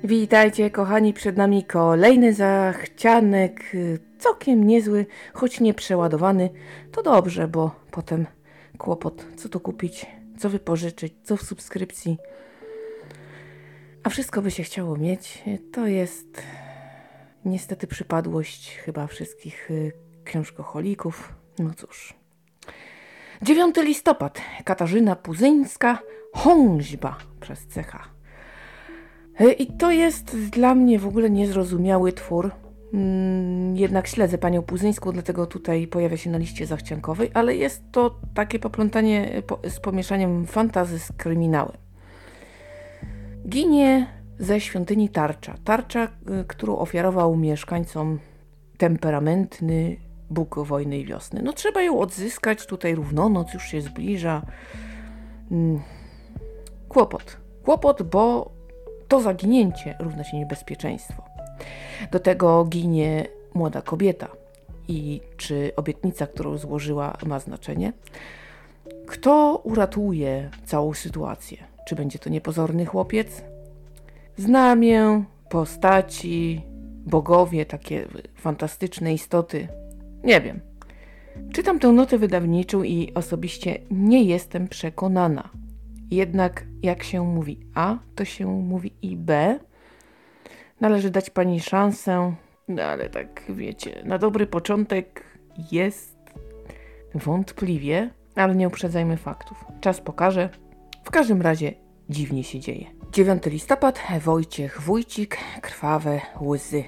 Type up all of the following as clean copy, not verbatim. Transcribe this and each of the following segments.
Witajcie kochani, przed nami kolejny zachcianek, całkiem niezły, choć nie przeładowany. To dobrze, bo potem kłopot, co tu kupić, co wypożyczyć, co w subskrypcji. A wszystko by się chciało mieć. To jest niestety przypadłość chyba wszystkich książkoholików. No cóż. 9 listopad. Katarzyna Puzyńska, Hąźba przez CH. I to jest dla mnie w ogóle niezrozumiały twór. Jednak śledzę panią Puzyńską, dlatego tutaj pojawia się na liście zachciankowej, ale jest to takie poplątanie z pomieszaniem fantasy z kryminałem. Ginie ze świątyni tarcza. Tarcza, którą ofiarował mieszkańcom temperamentny Bóg wojny i wiosny. No trzeba ją odzyskać, tutaj równonoc już się zbliża. Kłopot, bo to zaginięcie równa się niebezpieczeństwo. Do tego ginie młoda kobieta. I czy obietnica, którą złożyła, ma znaczenie? Kto uratuje całą sytuację? Czy będzie to niepozorny chłopiec? Znamię, postaci, bogowie, takie fantastyczne istoty. Nie wiem. Czytam tę notę wydawniczą i osobiście nie jestem przekonana. Jednak jak się mówi A, to się mówi i B. Należy dać pani szansę, no ale tak wiecie, na dobry początek jest wątpliwie, ale nie uprzedzajmy faktów. Czas pokaże. W każdym razie dziwnie się dzieje. 9 listopad, Wojciech Wójcik, krwawe łzy.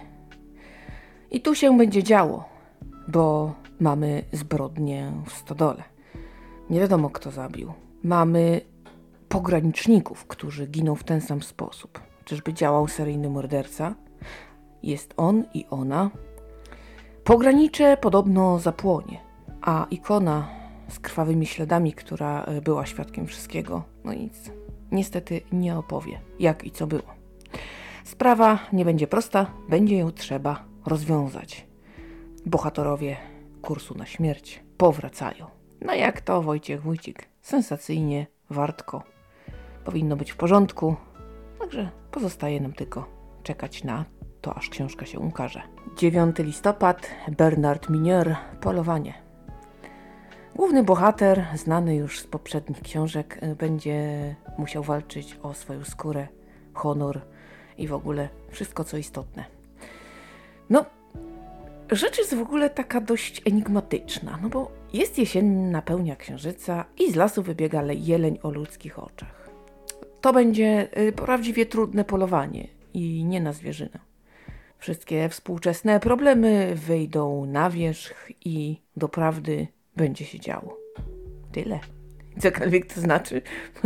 I tu się będzie działo, bo mamy zbrodnię w stodole. Nie wiadomo kto zabił. Mamy pograniczników, którzy giną w ten sam sposób. Czyżby działał seryjny morderca? Jest on i ona. Pogranicze podobno zapłonie, a ikona z krwawymi śladami, która była świadkiem wszystkiego, no nic, niestety nie opowie, jak i co było. Sprawa nie będzie prosta, będzie ją trzeba rozwiązać. Bohaterowie kursu na śmierć powracają. No jak to Wojciech Wójcik? Sensacyjnie, wartko. Powinno być w porządku, także pozostaje nam tylko czekać na to, aż książka się ukaże. 9 listopad, Bernard Minier, Polowanie. Główny bohater, znany już z poprzednich książek, będzie musiał walczyć o swoją skórę, honor i w ogóle wszystko, co istotne. No, rzecz jest w ogóle taka dość enigmatyczna, no bo jest jesienna pełnia księżyca i z lasu wybiega jeleń o ludzkich oczach. To będzie prawdziwie trudne polowanie i nie na zwierzynę. Wszystkie współczesne problemy wyjdą na wierzch i doprawdy będzie się działo. Tyle. Cokolwiek to znaczy.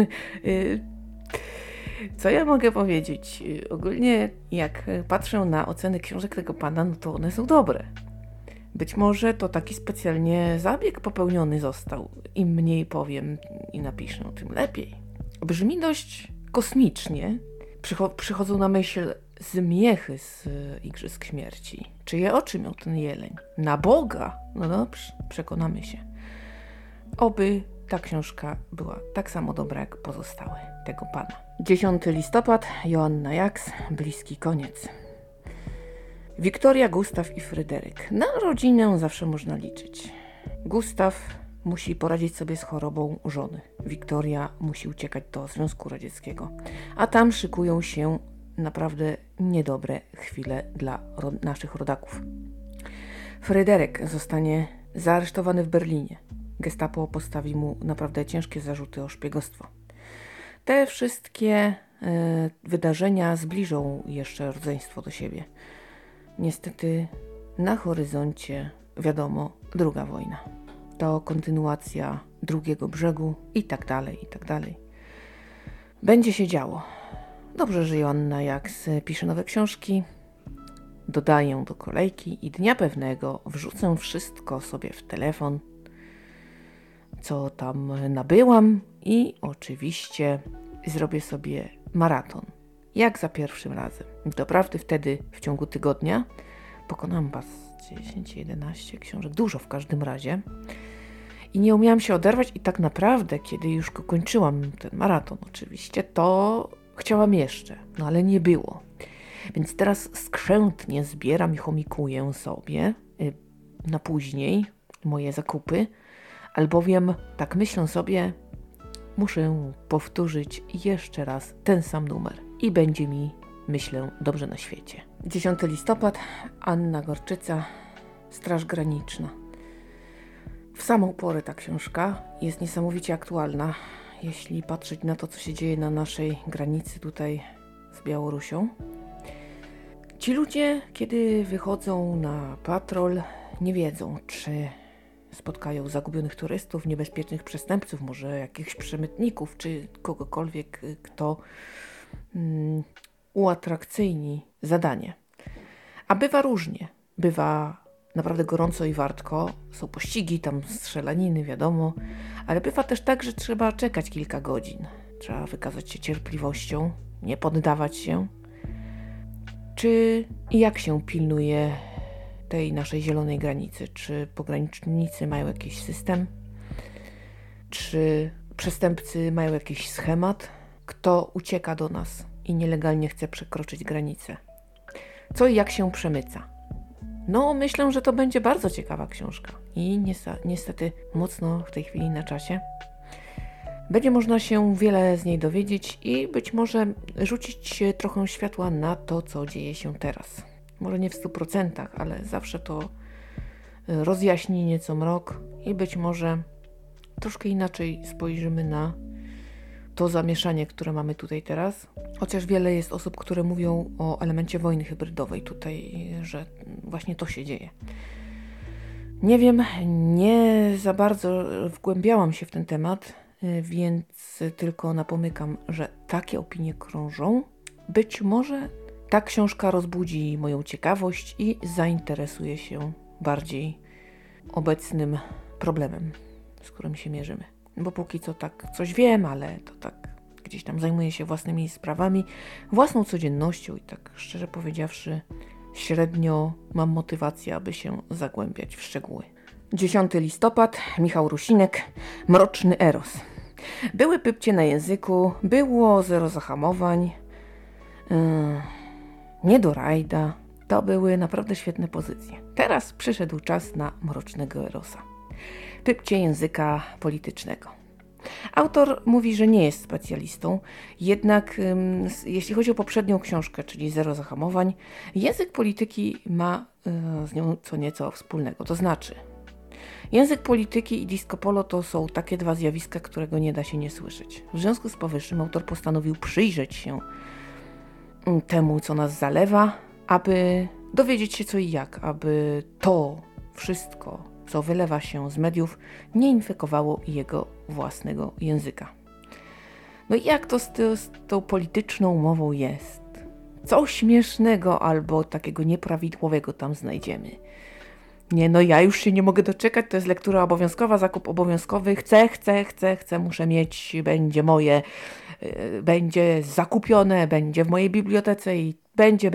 Co ja mogę powiedzieć? Ogólnie jak patrzę na oceny książek tego pana, no to one są dobre. Być może to taki specjalnie zabieg popełniony został. Im mniej powiem i napiszę, tym lepiej. Brzmi dość kosmicznie. Przychodzą na myśl zmiechy z Igrzysk Śmierci. Czyje oczy miał ten jeleń? Na Boga! No dobrze, przekonamy się. Oby ta książka była tak samo dobra jak pozostałe tego pana. 10 listopad, Joanna Jaks, Bliski koniec. Wiktoria, Gustaw i Fryderyk. Na rodzinę zawsze można liczyć. Gustaw musi poradzić sobie z chorobą żony. Wiktoria musi uciekać do Związku Radzieckiego. A tam szykują się naprawdę niedobre chwile dla naszych rodaków. Fryderyk zostanie zaaresztowany w Berlinie. Gestapo postawi mu naprawdę ciężkie zarzuty o szpiegostwo. Te wszystkie wydarzenia zbliżą jeszcze rodzeństwo do siebie. Niestety na horyzoncie, wiadomo, druga wojna. To kontynuacja drugiego brzegu i tak dalej, i tak dalej. Będzie się działo. Dobrze, że Joanna Jaks pisze nowe książki. Dodaję do kolejki i dnia pewnego wrzucę wszystko sobie w telefon, co tam nabyłam i oczywiście zrobię sobie maraton. Jak za pierwszym razem. Doprawdy wtedy w ciągu tygodnia pokonam was 10-11 książek, dużo w każdym razie. I nie umiałam się oderwać i tak naprawdę, kiedy już kończyłam ten maraton oczywiście, to chciałam jeszcze, no ale nie było. Więc teraz skrzętnie zbieram i chomikuję sobie na później moje zakupy, albowiem tak myślę sobie, muszę powtórzyć jeszcze raz ten sam numer i będzie mi, myślę, dobrze na świecie. 10 listopad, Anna Gorczyca, Straż Graniczna. W samą porę ta książka jest niesamowicie aktualna, jeśli patrzeć na to, co się dzieje na naszej granicy tutaj z Białorusią. Ci ludzie, kiedy wychodzą na patrol, nie wiedzą, czy spotkają zagubionych turystów, niebezpiecznych przestępców, może jakichś przemytników, czy kogokolwiek, kto uatrakcyjni zadanie. A bywa różnie. Bywa naprawdę gorąco i wartko. Są pościgi, tam strzelaniny, wiadomo. Ale bywa też tak, że trzeba czekać kilka godzin. Trzeba wykazać się cierpliwością, nie poddawać się. Czy i jak się pilnuje tej naszej zielonej granicy? Czy pogranicznicy mają jakiś system? Czy przestępcy mają jakiś schemat? Kto ucieka do nas i nielegalnie chce przekroczyć granicę? Co i jak się przemyca? No, myślę, że to będzie bardzo ciekawa książka i niestety mocno w tej chwili na czasie. Będzie można się wiele z niej dowiedzieć i być może rzucić trochę światła na to, co dzieje się teraz. Może nie w 100%, ale zawsze to rozjaśni nieco mrok i być może troszkę inaczej spojrzymy na to zamieszanie, które mamy tutaj teraz. Chociaż wiele jest osób, które mówią o elemencie wojny hybrydowej tutaj, że właśnie to się dzieje. Nie wiem, nie za bardzo wgłębiałam się w ten temat, więc tylko napomykam, że takie opinie krążą. Być może ta książka rozbudzi moją ciekawość i zainteresuje się bardziej obecnym problemem, z którym się mierzymy. Bo póki co tak coś wiem, ale to tak gdzieś tam zajmuję się własnymi sprawami, własną codziennością i tak szczerze powiedziawszy średnio mam motywację, aby się zagłębiać w szczegóły. 10 listopad, Michał Rusinek, Mroczny Eros. Były pypcie na języku, było zero zahamowań, nie do rajda. To były naprawdę świetne pozycje. Teraz przyszedł czas na Mrocznego Erosa. Pypcie języka politycznego. Autor mówi, że nie jest specjalistą, jednak jeśli chodzi o poprzednią książkę, czyli Zero zahamowań, język polityki ma z nią co nieco wspólnego. To znaczy, język polityki i disco polo to są takie dwa zjawiska, którego nie da się nie słyszeć. W związku z powyższym autor postanowił przyjrzeć się temu, co nas zalewa, aby dowiedzieć się co i jak, aby to wszystko, co wylewa się z mediów, nie infekowało jego własnego języka. No i jak to z tą polityczną mową jest? Co śmiesznego albo takiego nieprawidłowego tam znajdziemy? Nie, no ja już się nie mogę doczekać, to jest lektura obowiązkowa, zakup obowiązkowy, chcę, muszę mieć, będzie moje, będzie zakupione, będzie w mojej bibliotece i będzie.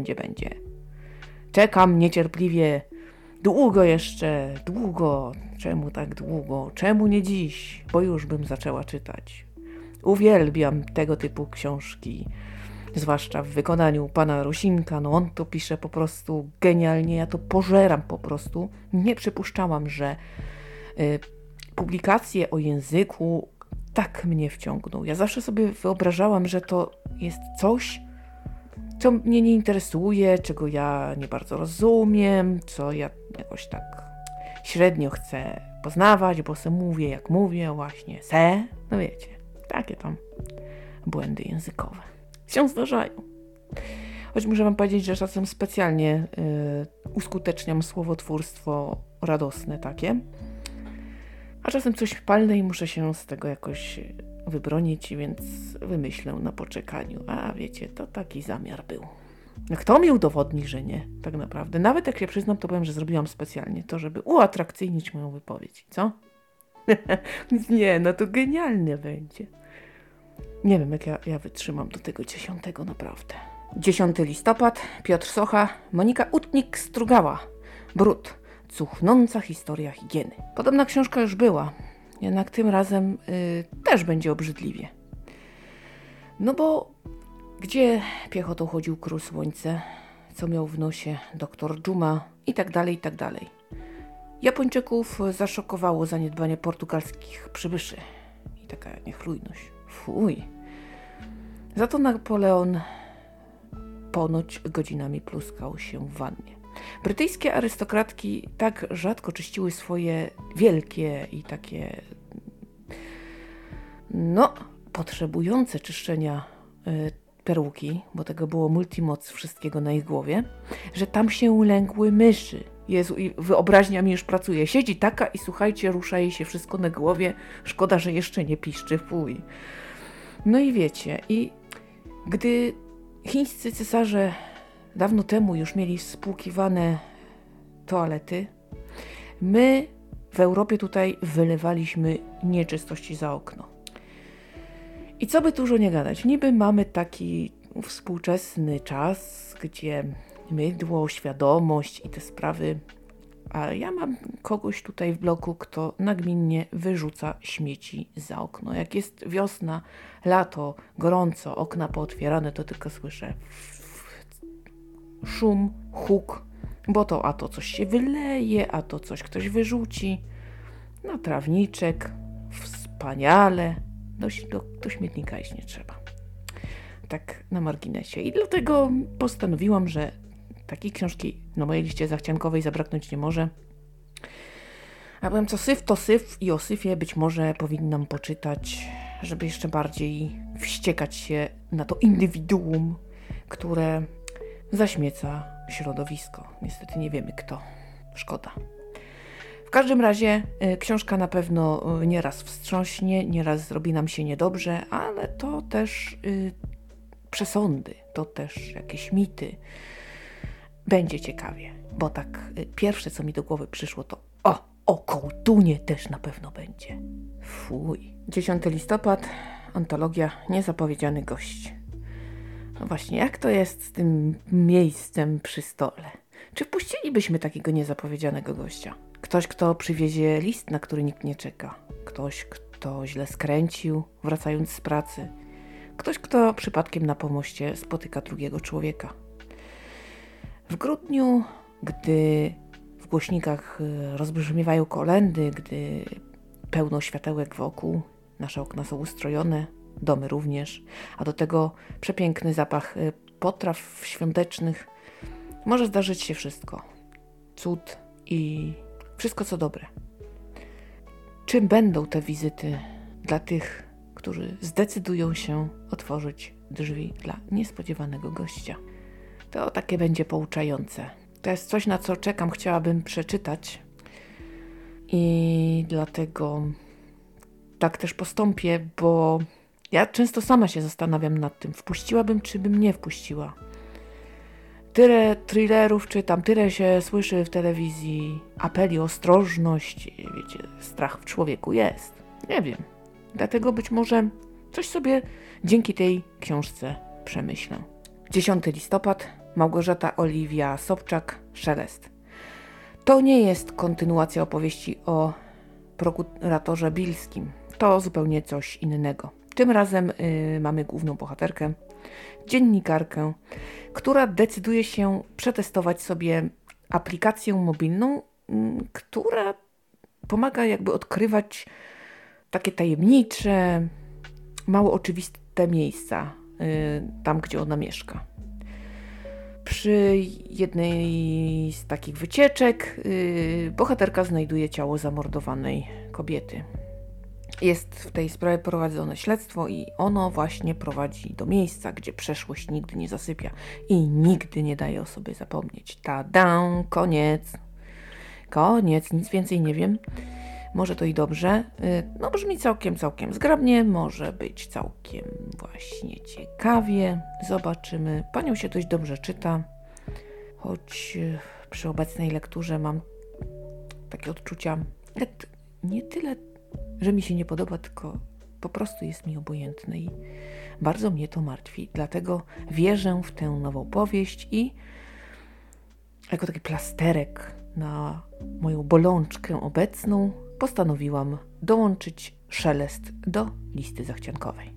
Czekam niecierpliwie, długo jeszcze, długo, czemu tak długo, czemu nie dziś, bo już bym zaczęła czytać. Uwielbiam tego typu książki, zwłaszcza w wykonaniu pana Rusinka, no on to pisze po prostu genialnie, ja to pożeram po prostu. Nie przypuszczałam, że publikacje o języku tak mnie wciągną. Ja zawsze sobie wyobrażałam, że to jest coś, co mnie nie interesuje, czego ja nie bardzo rozumiem, co ja jakoś tak średnio chcę poznawać, bo se mówię jak mówię, właśnie no wiecie, takie tam błędy językowe się zdarzają. Choć muszę wam powiedzieć, że czasem specjalnie uskuteczniam słowotwórstwo radosne takie, a czasem coś palne i muszę się z tego jakoś wybronić, więc wymyślę na poczekaniu. A wiecie, to taki zamiar był. Kto mi udowodni, że nie? Tak naprawdę. Nawet jak się przyznam, to powiem, że zrobiłam specjalnie to, żeby uatrakcyjnić moją wypowiedź. Co? Nie, no to genialnie będzie. Nie wiem, jak ja wytrzymam do tego 10 naprawdę. 10 listopad, Piotr Socha, Monika Utnik-Strugała. Brud. Cuchnąca historia higieny. Podobna książka już była, jednak tym razem też będzie obrzydliwie. No bo Gdzie piechotą chodził król słońce, co miał w nosie doktor Dżuma i tak dalej, i tak dalej. Japończyków zaszokowało zaniedbanie portugalskich przybyszy i taka niechlujność. Fuj. Za to Napoleon ponoć godzinami pluskał się w wannie. Brytyjskie arystokratki tak rzadko czyściły swoje wielkie i takie potrzebujące czyszczenia peruki, bo tego było multimoc wszystkiego na ich głowie, że tam się lękły myszy. Jezu, i wyobraźnia mi już pracuje. Siedzi taka i słuchajcie, rusza jej się wszystko na głowie. Szkoda, że jeszcze nie piszczy, fuj. No i wiecie, i gdy chińscy cesarze dawno temu już mieli spłukiwane toalety, my w Europie tutaj wylewaliśmy nieczystości za okno. I co by dużo nie gadać, niby mamy taki współczesny czas, gdzie mydło, świadomość i te sprawy, a ja mam kogoś tutaj w bloku, kto nagminnie wyrzuca śmieci za okno. Jak jest wiosna, lato, gorąco, okna pootwierane, to tylko słyszę szum, huk, bo to a to coś się wyleje, a to coś ktoś wyrzuci. Na trawniczek, wspaniale, do śmietnika iść nie trzeba. Tak na marginesie. I dlatego postanowiłam, że takiej książki na mojej liście zachciankowej zabraknąć nie może. A powiem, co syf, to syf i o syfie być może powinnam poczytać, żeby jeszcze bardziej wściekać się na to indywiduum, które zaśmieca środowisko. Niestety nie wiemy kto. Szkoda. W każdym razie książka na pewno nieraz wstrząśnie, nieraz zrobi nam się niedobrze, ale to też przesądy, to też jakieś mity. Będzie ciekawie, bo tak pierwsze co mi do głowy przyszło to o kołtunie też na pewno będzie. Fuj. 10 listopad, antologia Niezapowiedziany gość. No właśnie, jak to jest z tym miejscem przy stole? Czy wpuścilibyśmy takiego niezapowiedzianego gościa? Ktoś, kto przywiezie list, na który nikt nie czeka. Ktoś, kto źle skręcił, wracając z pracy. Ktoś, kto przypadkiem na pomoście spotyka drugiego człowieka. W grudniu, gdy w głośnikach rozbrzmiewają kolędy, gdy pełno światełek wokół, nasze okna są ustrojone, domy również, a do tego przepiękny zapach potraw świątecznych, może zdarzyć się wszystko. Cud i wszystko co dobre. Czym będą te wizyty dla tych, którzy zdecydują się otworzyć drzwi dla niespodziewanego gościa? To takie będzie pouczające. To jest coś, na co czekam, chciałabym przeczytać i dlatego tak też postąpię, bo ja często sama się zastanawiam nad tym, wpuściłabym, czy bym nie wpuściła. Tyle thrillerów czytam, tyle się słyszy w telewizji, apeli o ostrożność, wiecie, strach w człowieku jest. Nie wiem, dlatego być może coś sobie dzięki tej książce przemyślę. 10 listopad, Małgorzata Oliwia Sobczak, Szelest. To nie jest kontynuacja opowieści o prokuratorze Bilskim. To zupełnie coś innego. Tym razem mamy główną bohaterkę, dziennikarkę, która decyduje się przetestować sobie aplikację mobilną, która pomaga jakby odkrywać takie tajemnicze, mało oczywiste miejsca tam, gdzie ona mieszka. Przy jednej z takich wycieczek bohaterka znajduje ciało zamordowanej kobiety. Jest w tej sprawie prowadzone śledztwo i ono właśnie prowadzi do miejsca, gdzie przeszłość nigdy nie zasypia i nigdy nie daje o sobie zapomnieć. Ta-da! Koniec. Koniec, nic więcej nie wiem. Może to i dobrze. No brzmi całkiem zgrabnie, może być całkiem właśnie ciekawie. Zobaczymy. Panią się dość dobrze czyta, choć przy obecnej lekturze mam takie odczucia, nie tyle, że mi się nie podoba, tylko po prostu jest mi obojętne i bardzo mnie to martwi. Dlatego wierzę w tę nową powieść i jako taki plasterek na moją bolączkę obecną postanowiłam dołączyć Szelest do listy zachciankowej.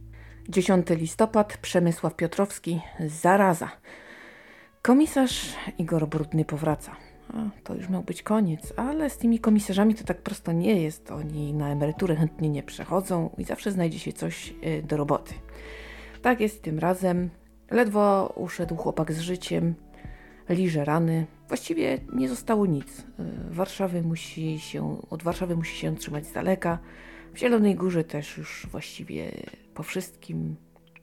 10 listopad, Przemysław Piotrowski, zaraza. Komisarz Igor Brudny powraca. To już miał być koniec, ale z tymi komisarzami to tak prosto nie jest. Oni na emeryturę chętnie nie przechodzą i zawsze znajdzie się coś do roboty. Tak jest tym razem. Ledwo uszedł chłopak z życiem, liże rany. Właściwie nie zostało nic. Od Warszawy musi się trzymać z daleka. W Zielonej Górze też już właściwie po wszystkim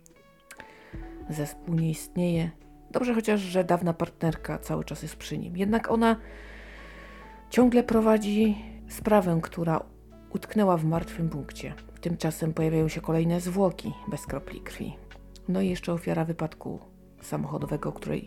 zespół nie istnieje. Dobrze chociaż, że dawna partnerka cały czas jest przy nim. Jednak ona ciągle prowadzi sprawę, która utknęła w martwym punkcie. Tymczasem pojawiają się kolejne zwłoki bez kropli krwi. No i jeszcze ofiara wypadku samochodowego,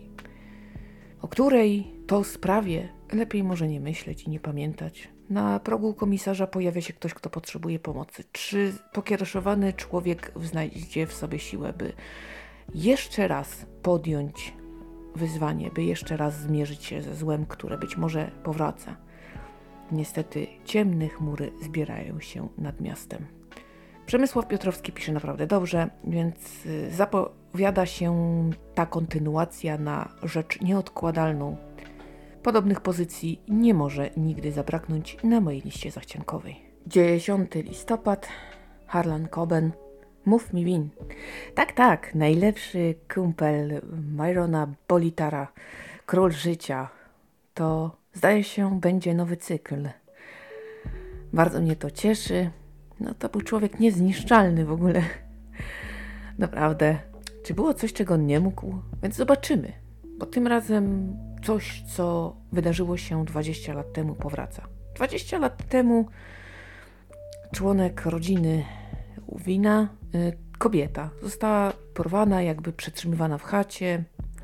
o której to sprawie lepiej może nie myśleć i nie pamiętać. Na progu komisarza pojawia się ktoś, kto potrzebuje pomocy. Czy pokierowany człowiek znajdzie w sobie siłę, by jeszcze raz podjąć wyzwanie, by jeszcze raz zmierzyć się ze złem, które być może powraca? Niestety ciemne chmury zbierają się nad miastem. Przemysław Piotrowski pisze naprawdę dobrze, więc zapowiada się ta kontynuacja na rzecz nieodkładalną. Podobnych pozycji nie może nigdy zabraknąć na mojej liście zachciankowej. 10 listopad, Harlan Coben, Mów mi win. Tak, najlepszy kumpel Myrona Bolitara, król życia. To zdaje się będzie nowy cykl. Bardzo mnie to cieszy. No to był człowiek niezniszczalny w ogóle. Naprawdę. Czy było coś, czego on nie mógł? Więc zobaczymy. Bo tym razem coś, co wydarzyło się 20 lat temu, powraca. 20 lat temu członek rodziny Wina, kobieta, została porwana, jakby przetrzymywana w chacie.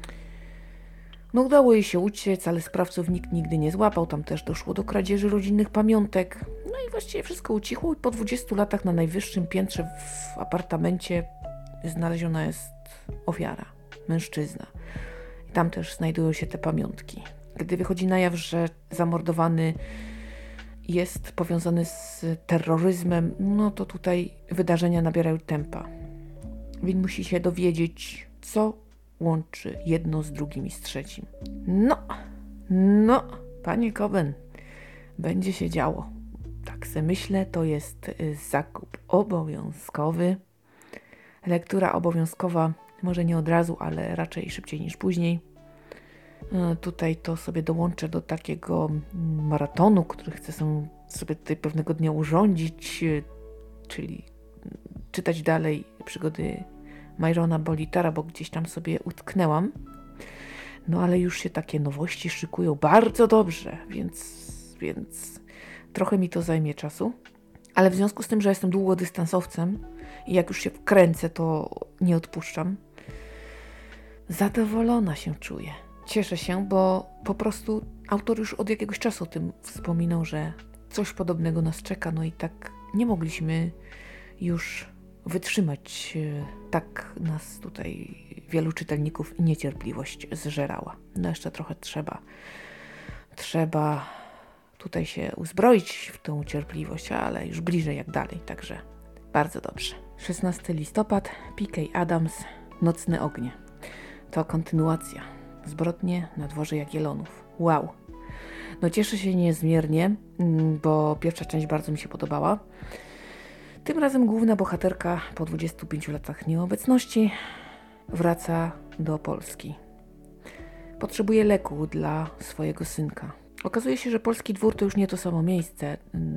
No udało jej się uciec, ale sprawców nikt nigdy nie złapał. Tam też doszło do kradzieży rodzinnych pamiątek. No i właściwie wszystko ucichło i po 20 latach na najwyższym piętrze w apartamencie znaleziona jest ofiara, mężczyzna. I tam też znajdują się te pamiątki. Gdy wychodzi na jaw, że zamordowany jest powiązany z terroryzmem, no to tutaj wydarzenia nabierają tempa. Win musi się dowiedzieć, co łączy jedno z drugim i z trzecim. No, panie Coben, będzie się działo. Tak se myślę, to jest zakup obowiązkowy. Lektura obowiązkowa, może nie od razu, ale raczej szybciej niż później. Tutaj to sobie dołączę do takiego maratonu, który chcę sobie tutaj pewnego dnia urządzić, czyli czytać dalej przygody Myrona Bolitara, bo gdzieś tam sobie utknęłam. No ale już się takie nowości szykują bardzo dobrze, więc trochę mi to zajmie czasu. Ale w związku z tym, że jestem długodystansowcem i jak już się wkręcę, to nie odpuszczam. Zadowolona się czuję. Cieszę się, bo po prostu autor już od jakiegoś czasu o tym wspominał, że coś podobnego nas czeka, no i tak nie mogliśmy już wytrzymać. Tak nas tutaj wielu czytelników niecierpliwość zżerała. No jeszcze trochę trzeba tutaj się uzbroić w tą cierpliwość, ale już bliżej jak dalej, także bardzo dobrze. 16 listopad, P.K. Adams, Nocne ognie. To kontynuacja. Zbrodnie na dworze Jagiellonów. Wow. No cieszę się niezmiernie, bo pierwsza część bardzo mi się podobała. Tym razem główna bohaterka po 25 latach nieobecności wraca do Polski. Potrzebuje leku dla swojego synka. Okazuje się, że polski dwór to już nie to samo miejsce.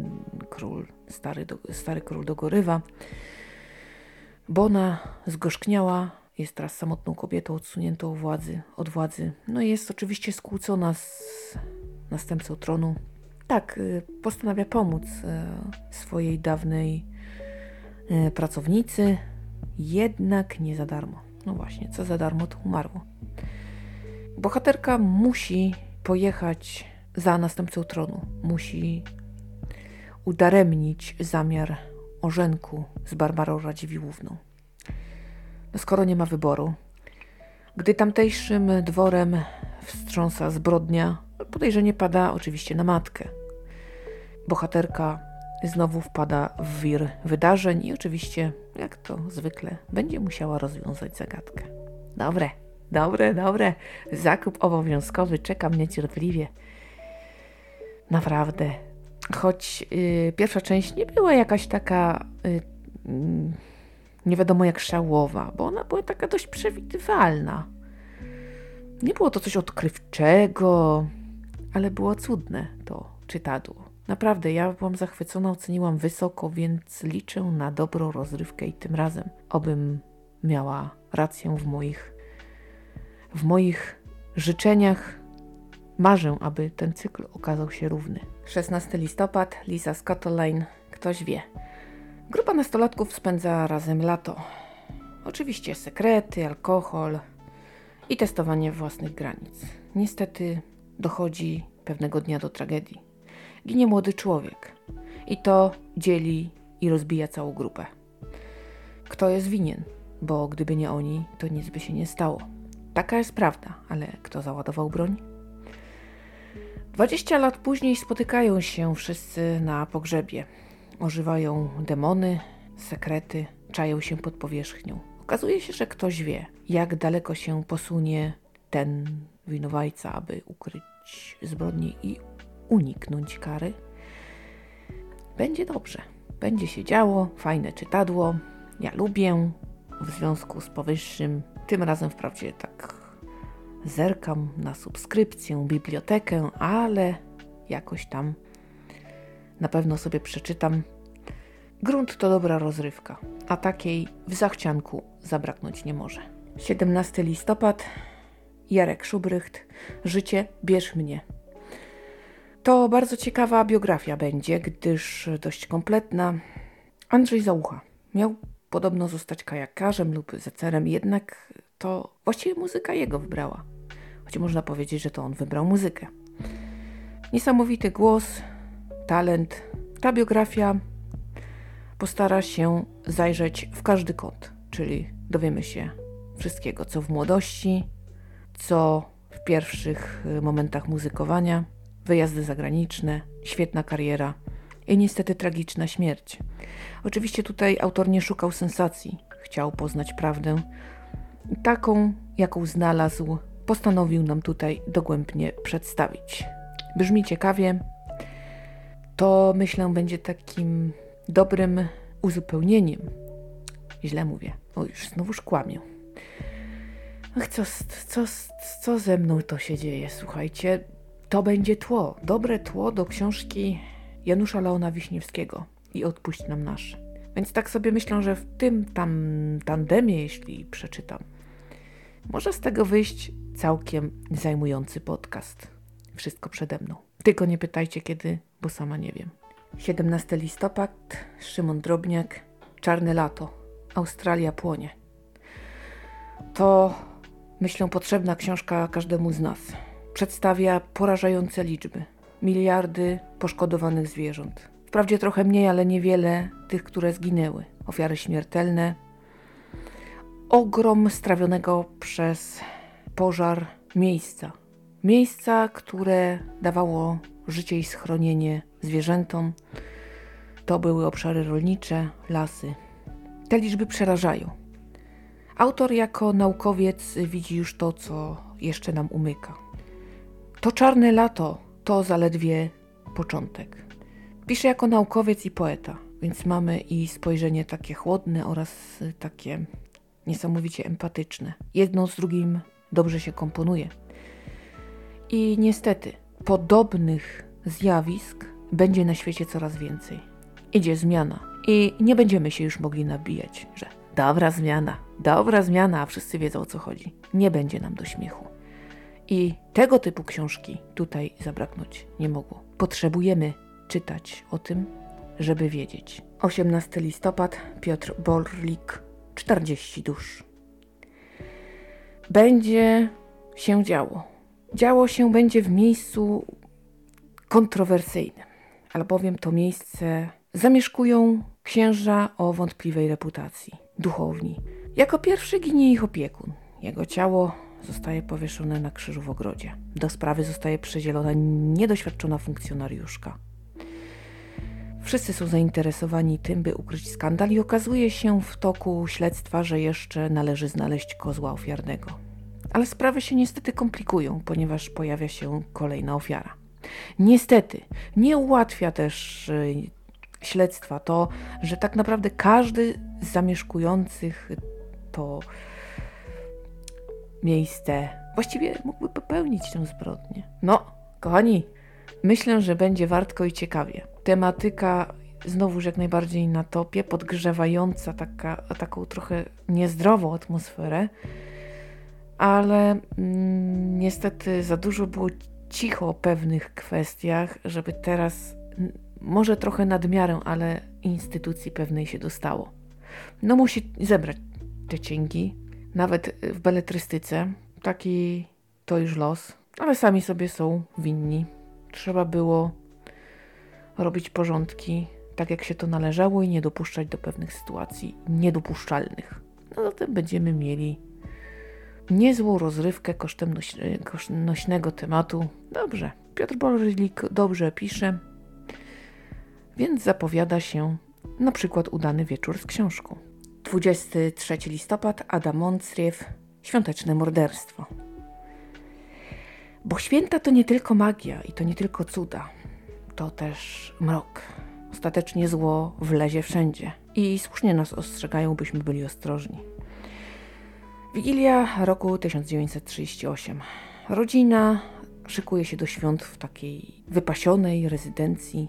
Stary król dogorywa. Bona zgorzkniała, jest teraz samotną kobietą odsuniętą od władzy. No i jest oczywiście skłócona z następcą tronu. Tak, postanawia pomóc swojej dawnej pracownicy, jednak nie za darmo. No właśnie, co za darmo, to umarło. Bohaterka musi pojechać za następcą tronu. Musi udaremnić zamiar orzenku z Barbarą Radziwiłłówną. No skoro nie ma wyboru, gdy tamtejszym dworem wstrząsa zbrodnia, podejrzenie pada oczywiście na matkę. Bohaterka znowu wpada w wir wydarzeń i oczywiście, jak to zwykle, będzie musiała rozwiązać zagadkę. Dobre. Zakup obowiązkowy czeka mnie cierpliwie. Naprawdę. Choć pierwsza część nie była jakaś taka nie wiadomo jak szałowa, bo ona była taka dość przewidywalna. Nie było to coś odkrywczego, ale było cudne to czytadło. Naprawdę, ja byłam zachwycona, oceniłam wysoko, więc liczę na dobrą rozrywkę i tym razem obym miała rację w moich życzeniach. Marzę, aby ten cykl okazał się równy. 16 listopad, Lisa Scottoline, ktoś wie. Grupa nastolatków spędza razem lato. Oczywiście sekrety, alkohol i testowanie własnych granic. Niestety dochodzi pewnego dnia do tragedii. Ginie młody człowiek i to dzieli i rozbija całą grupę. Kto jest winien? Bo gdyby nie oni, to nic by się nie stało. Taka jest prawda, ale kto załadował broń? 20 lat później spotykają się wszyscy na pogrzebie. Ożywają demony, sekrety, czają się pod powierzchnią. Okazuje się, że ktoś wie, jak daleko się posunie ten winowajca, aby ukryć zbrodnię i uniknąć kary. Będzie dobrze. Będzie się działo, fajne czytadło. Ja lubię. W związku z powyższym, tym razem wprawdzie tak zerkam na subskrypcję, bibliotekę, ale jakoś tam na pewno sobie przeczytam. Grunt to dobra rozrywka, a takiej w zachcianku zabraknąć nie może. 17 listopad, Jarek Szubrycht, Życie, bierz mnie. To bardzo ciekawa biografia będzie, gdyż dość kompletna. Andrzej Załucha miał podobno zostać kajakarzem lub zecerem, jednak to właściwie muzyka jego wybrała. Choć można powiedzieć, że to on wybrał muzykę. Niesamowity głos, talent. Ta biografia postara się zajrzeć w każdy kąt, czyli dowiemy się wszystkiego, co w młodości, co w pierwszych momentach muzykowania, wyjazdy zagraniczne, świetna kariera i niestety tragiczna śmierć. Oczywiście tutaj autor nie szukał sensacji, chciał poznać prawdę. Taką, jaką znalazł, postanowił nam tutaj dogłębnie przedstawić. Brzmi ciekawie. To myślę będzie takim dobrym uzupełnieniem. Źle mówię. O, już znowuż kłamię. Ach, co ze mną to się dzieje? Słuchajcie, to będzie tło. Dobre tło do książki Janusza Leona Wiśniewskiego i Odpuść nam nasze. Więc tak sobie myślę, że w tym tandemie, jeśli przeczytam, może z tego wyjść całkiem zajmujący podcast. Wszystko przede mną. Tylko nie pytajcie kiedy, bo sama nie wiem. 17 listopad, Szymon Drobniak, Czarne lato, Australia płonie. To, myślę, potrzebna książka każdemu z nas. Przedstawia porażające liczby. Miliardy poszkodowanych zwierząt. Wprawdzie trochę mniej, ale niewiele tych, które zginęły. Ofiary śmiertelne. Ogrom strawionego przez pożar miejsca. Miejsca, które dawało życie i schronienie zwierzętom. To były obszary rolnicze, lasy. Te liczby przerażają. Autor jako naukowiec widzi już to, co jeszcze nam umyka. To czarne lato to zaledwie początek. Pisze jako naukowiec i poeta, więc mamy i spojrzenie takie chłodne oraz takie niesamowicie empatyczne. Jedno z drugim dobrze się komponuje. I niestety podobnych zjawisk będzie na świecie coraz więcej. Idzie zmiana i nie będziemy się już mogli nabijać, że dobra zmiana, a wszyscy wiedzą o co chodzi. Nie będzie nam do śmiechu. I tego typu książki tutaj zabraknąć nie mogło. Potrzebujemy czytać o tym, żeby wiedzieć. 18 listopad, Piotr Borlik, 40 dusz. Będzie się działo. Działo się będzie w miejscu kontrowersyjnym, albowiem to miejsce zamieszkują księża o wątpliwej reputacji, duchowni. Jako pierwszy ginie ich opiekun. Jego ciało zostaje powieszone na krzyżu w ogrodzie. Do sprawy zostaje przydzielona niedoświadczona funkcjonariuszka. Wszyscy są zainteresowani tym, by ukryć skandal i okazuje się w toku śledztwa, że jeszcze należy znaleźć kozła ofiarnego. Ale sprawy się niestety komplikują, ponieważ pojawia się kolejna ofiara. Niestety nie ułatwia też śledztwa to, że tak naprawdę każdy z zamieszkujących to miejsce właściwie mógłby popełnić tę zbrodnię. No, kochani, myślę, że będzie wartko i ciekawie. Tematyka znowuż jak najbardziej na topie, podgrzewająca taką trochę niezdrową atmosferę, ale niestety za dużo było cicho o pewnych kwestiach, żeby teraz może trochę nadmiarę, ale instytucji pewnej się dostało. No musi zebrać te cięgi, nawet w beletrystyce. Taki to już los, ale sami sobie są winni. Trzeba było robić porządki tak, jak się to należało i nie dopuszczać do pewnych sytuacji niedopuszczalnych. No zatem będziemy mieli niezłą rozrywkę kosztem nośnego tematu. Dobrze, Piotr Borylik dobrze pisze, więc zapowiada się na przykład udany wieczór z książką. 23 listopad, Adam Mącriew, Świąteczne morderstwo. Bo święta to nie tylko magia i to nie tylko cuda, to też mrok. Ostatecznie zło wlezie wszędzie i słusznie nas ostrzegają, byśmy byli ostrożni. Wigilia roku 1938. Rodzina szykuje się do świąt w takiej wypasionej rezydencji.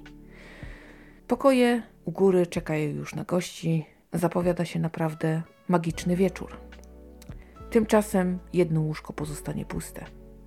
Pokoje u góry czekają już na gości. Zapowiada się naprawdę magiczny wieczór. Tymczasem jedno łóżko pozostanie puste.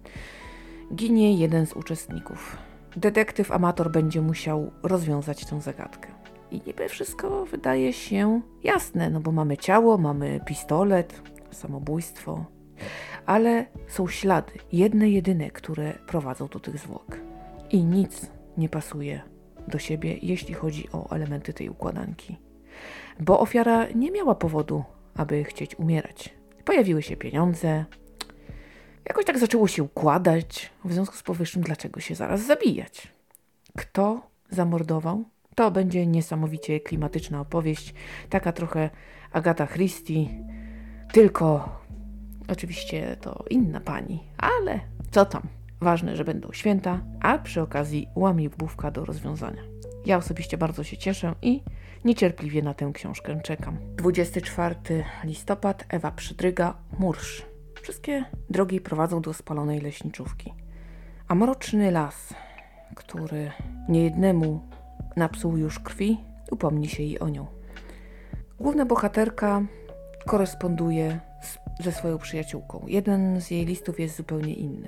Ginie jeden z uczestników. Detektyw amator będzie musiał rozwiązać tę zagadkę. I niby wszystko wydaje się jasne, no bo mamy ciało, mamy pistolet, samobójstwo, ale są ślady, jedne jedyne, które prowadzą do tych zwłok. I nic nie pasuje do siebie, jeśli chodzi o elementy tej układanki. Bo ofiara nie miała powodu, aby chcieć umierać. Pojawiły się pieniądze, jakoś tak zaczęło się układać, w związku z powyższym dlaczego się zaraz zabijać? Kto zamordował? To będzie niesamowicie klimatyczna opowieść, taka trochę Agatha Christie, tylko oczywiście to inna pani, ale co tam? Ważne, że będą święta, a przy okazji łamigłówka do rozwiązania. Ja osobiście bardzo się cieszę i niecierpliwie na tę książkę czekam. 24 listopad, Ewa Przydryga, Mursz. Wszystkie drogi prowadzą do spalonej leśniczówki. A mroczny las, który niejednemu napsuł już krwi, upomni się i o nią. Główna bohaterka koresponduje ze swoją przyjaciółką. Jeden z jej listów jest zupełnie inny.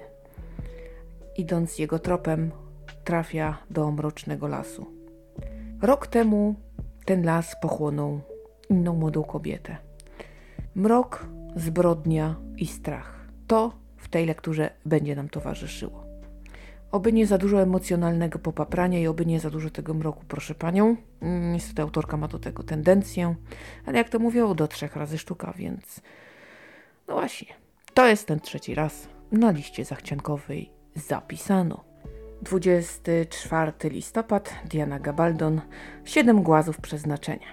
Idąc jego tropem, trafia do mrocznego lasu. Rok temu ten las pochłonął inną młodą kobietę. Mrok, zbrodnia i strach. To w tej lekturze będzie nam towarzyszyło. Oby nie za dużo emocjonalnego popaprania i oby nie za dużo tego mroku, proszę panią. Niestety autorka ma do tego tendencję, ale jak to mówią, do 3 razy sztuka, więc no właśnie. To jest ten 3 raz na liście zachciankowej zapisano. 24 listopad, Diana Gabaldon, 7 głazów przeznaczenia.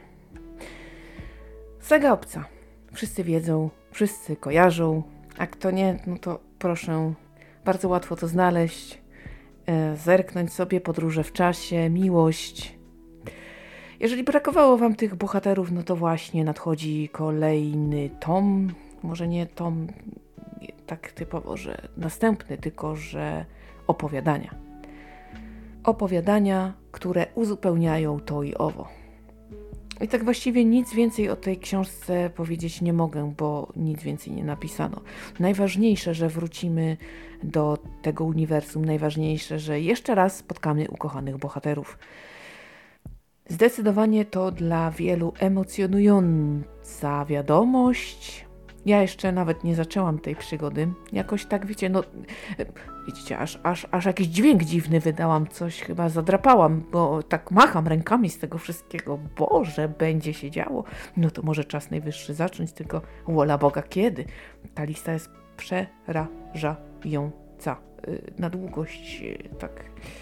Saga obca. Wszyscy wiedzą, wszyscy kojarzą, a kto nie, no to proszę, bardzo łatwo to znaleźć, zerknąć sobie, podróże w czasie, miłość. Jeżeli brakowało wam tych bohaterów, no to właśnie nadchodzi kolejny tom, może nie tom tak typowo, że następny, tylko że opowiadania. Opowiadania, które uzupełniają to i owo. I tak właściwie nic więcej o tej książce powiedzieć nie mogę, bo nic więcej nie napisano. Najważniejsze, że wrócimy do tego uniwersum, najważniejsze, że jeszcze raz spotkamy ukochanych bohaterów. Zdecydowanie to dla wielu emocjonująca wiadomość. Ja jeszcze nawet nie zaczęłam tej przygody. Jakoś tak, wiecie, no... Widzicie, aż jakiś dźwięk dziwny wydałam, coś chyba zadrapałam, bo tak macham rękami z tego wszystkiego. Boże, będzie się działo. No to może czas najwyższy zacząć, tylko wola Boga kiedy? Ta lista jest przerażająca. Na długość tak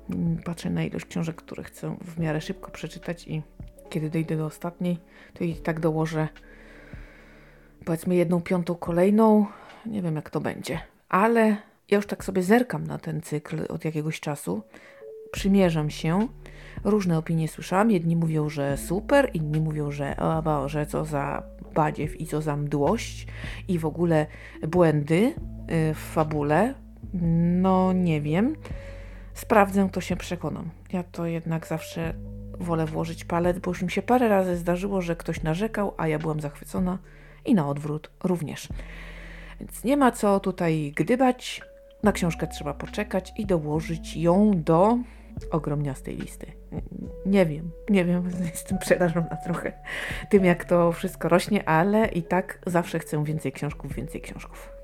Patrzę na ilość książek, które chcę w miarę szybko przeczytać i kiedy dojdę do ostatniej, to i tak dołożę powiedzmy 1/5 kolejną. Nie wiem, jak to będzie, ale ja już tak sobie zerkam na ten cykl od jakiegoś czasu. Przymierzam się. Różne opinie słyszałam. Jedni mówią, że super, inni mówią, że że co za badziew i co za mdłość i w ogóle błędy w fabule. No nie wiem. Sprawdzę, to się przekonam. Ja to jednak zawsze wolę włożyć palec, bo już mi się parę razy zdarzyło, że ktoś narzekał, a ja byłam zachwycona i na odwrót również. Więc nie ma co tutaj gdybać. Na książkę trzeba poczekać i dołożyć ją do ogromniastej listy. Nie wiem, jestem przerażona trochę tym, jak to wszystko rośnie, ale i tak zawsze chcę więcej książków.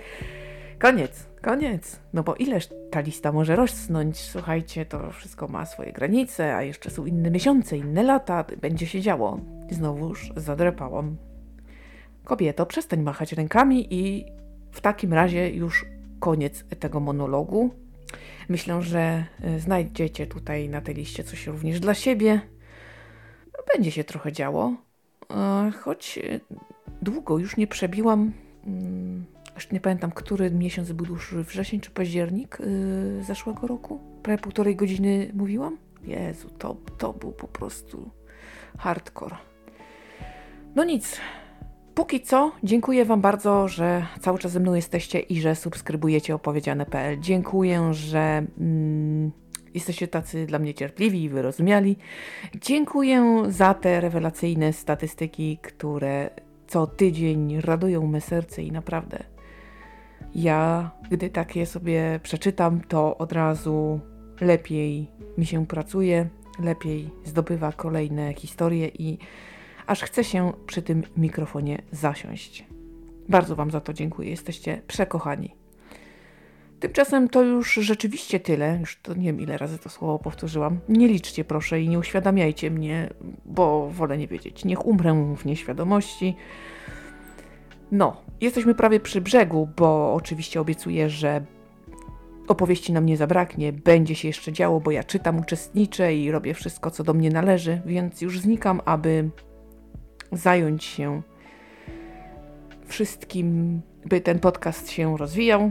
Koniec. No bo ileż ta lista może rosnąć? Słuchajcie, to wszystko ma swoje granice, a jeszcze są inne miesiące, inne lata. Będzie się działo. Znowuż zadrapałam. Kobieto, przestań machać rękami i w takim razie już koniec tego monologu. Myślę, że znajdziecie tutaj na tej liście coś również dla siebie. Będzie się trochę działo, choć długo już nie przebiłam. Już nie pamiętam, który miesiąc był dłuższy, wrzesień czy październik zeszłego roku. Prawie 1,5 godziny mówiłam. Jezu, to był po prostu hardcore. No nic. Póki co, dziękuję Wam bardzo, że cały czas ze mną jesteście i że subskrybujecie opowiedziane.pl. Dziękuję, że jesteście tacy dla mnie cierpliwi i wyrozumiali. Dziękuję za te rewelacyjne statystyki, które co tydzień radują me serce i naprawdę ja, gdy takie sobie przeczytam, to od razu lepiej mi się pracuje, lepiej zdobywa kolejne historie i aż chce się przy tym mikrofonie zasiąść. Bardzo Wam za to dziękuję, jesteście przekochani. Tymczasem to już rzeczywiście tyle, już to nie wiem ile razy to słowo powtórzyłam. Nie liczcie proszę i nie uświadamiajcie mnie, bo wolę nie wiedzieć. Niech umrę w nieświadomości. No, jesteśmy prawie przy brzegu, bo oczywiście obiecuję, że opowieści nam nie zabraknie, będzie się jeszcze działo, bo ja czytam, uczestniczę i robię wszystko, co do mnie należy, więc już znikam, aby zająć się wszystkim, by ten podcast się rozwijał.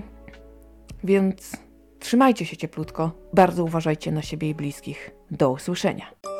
Więc trzymajcie się cieplutko, bardzo uważajcie na siebie i bliskich. Do usłyszenia.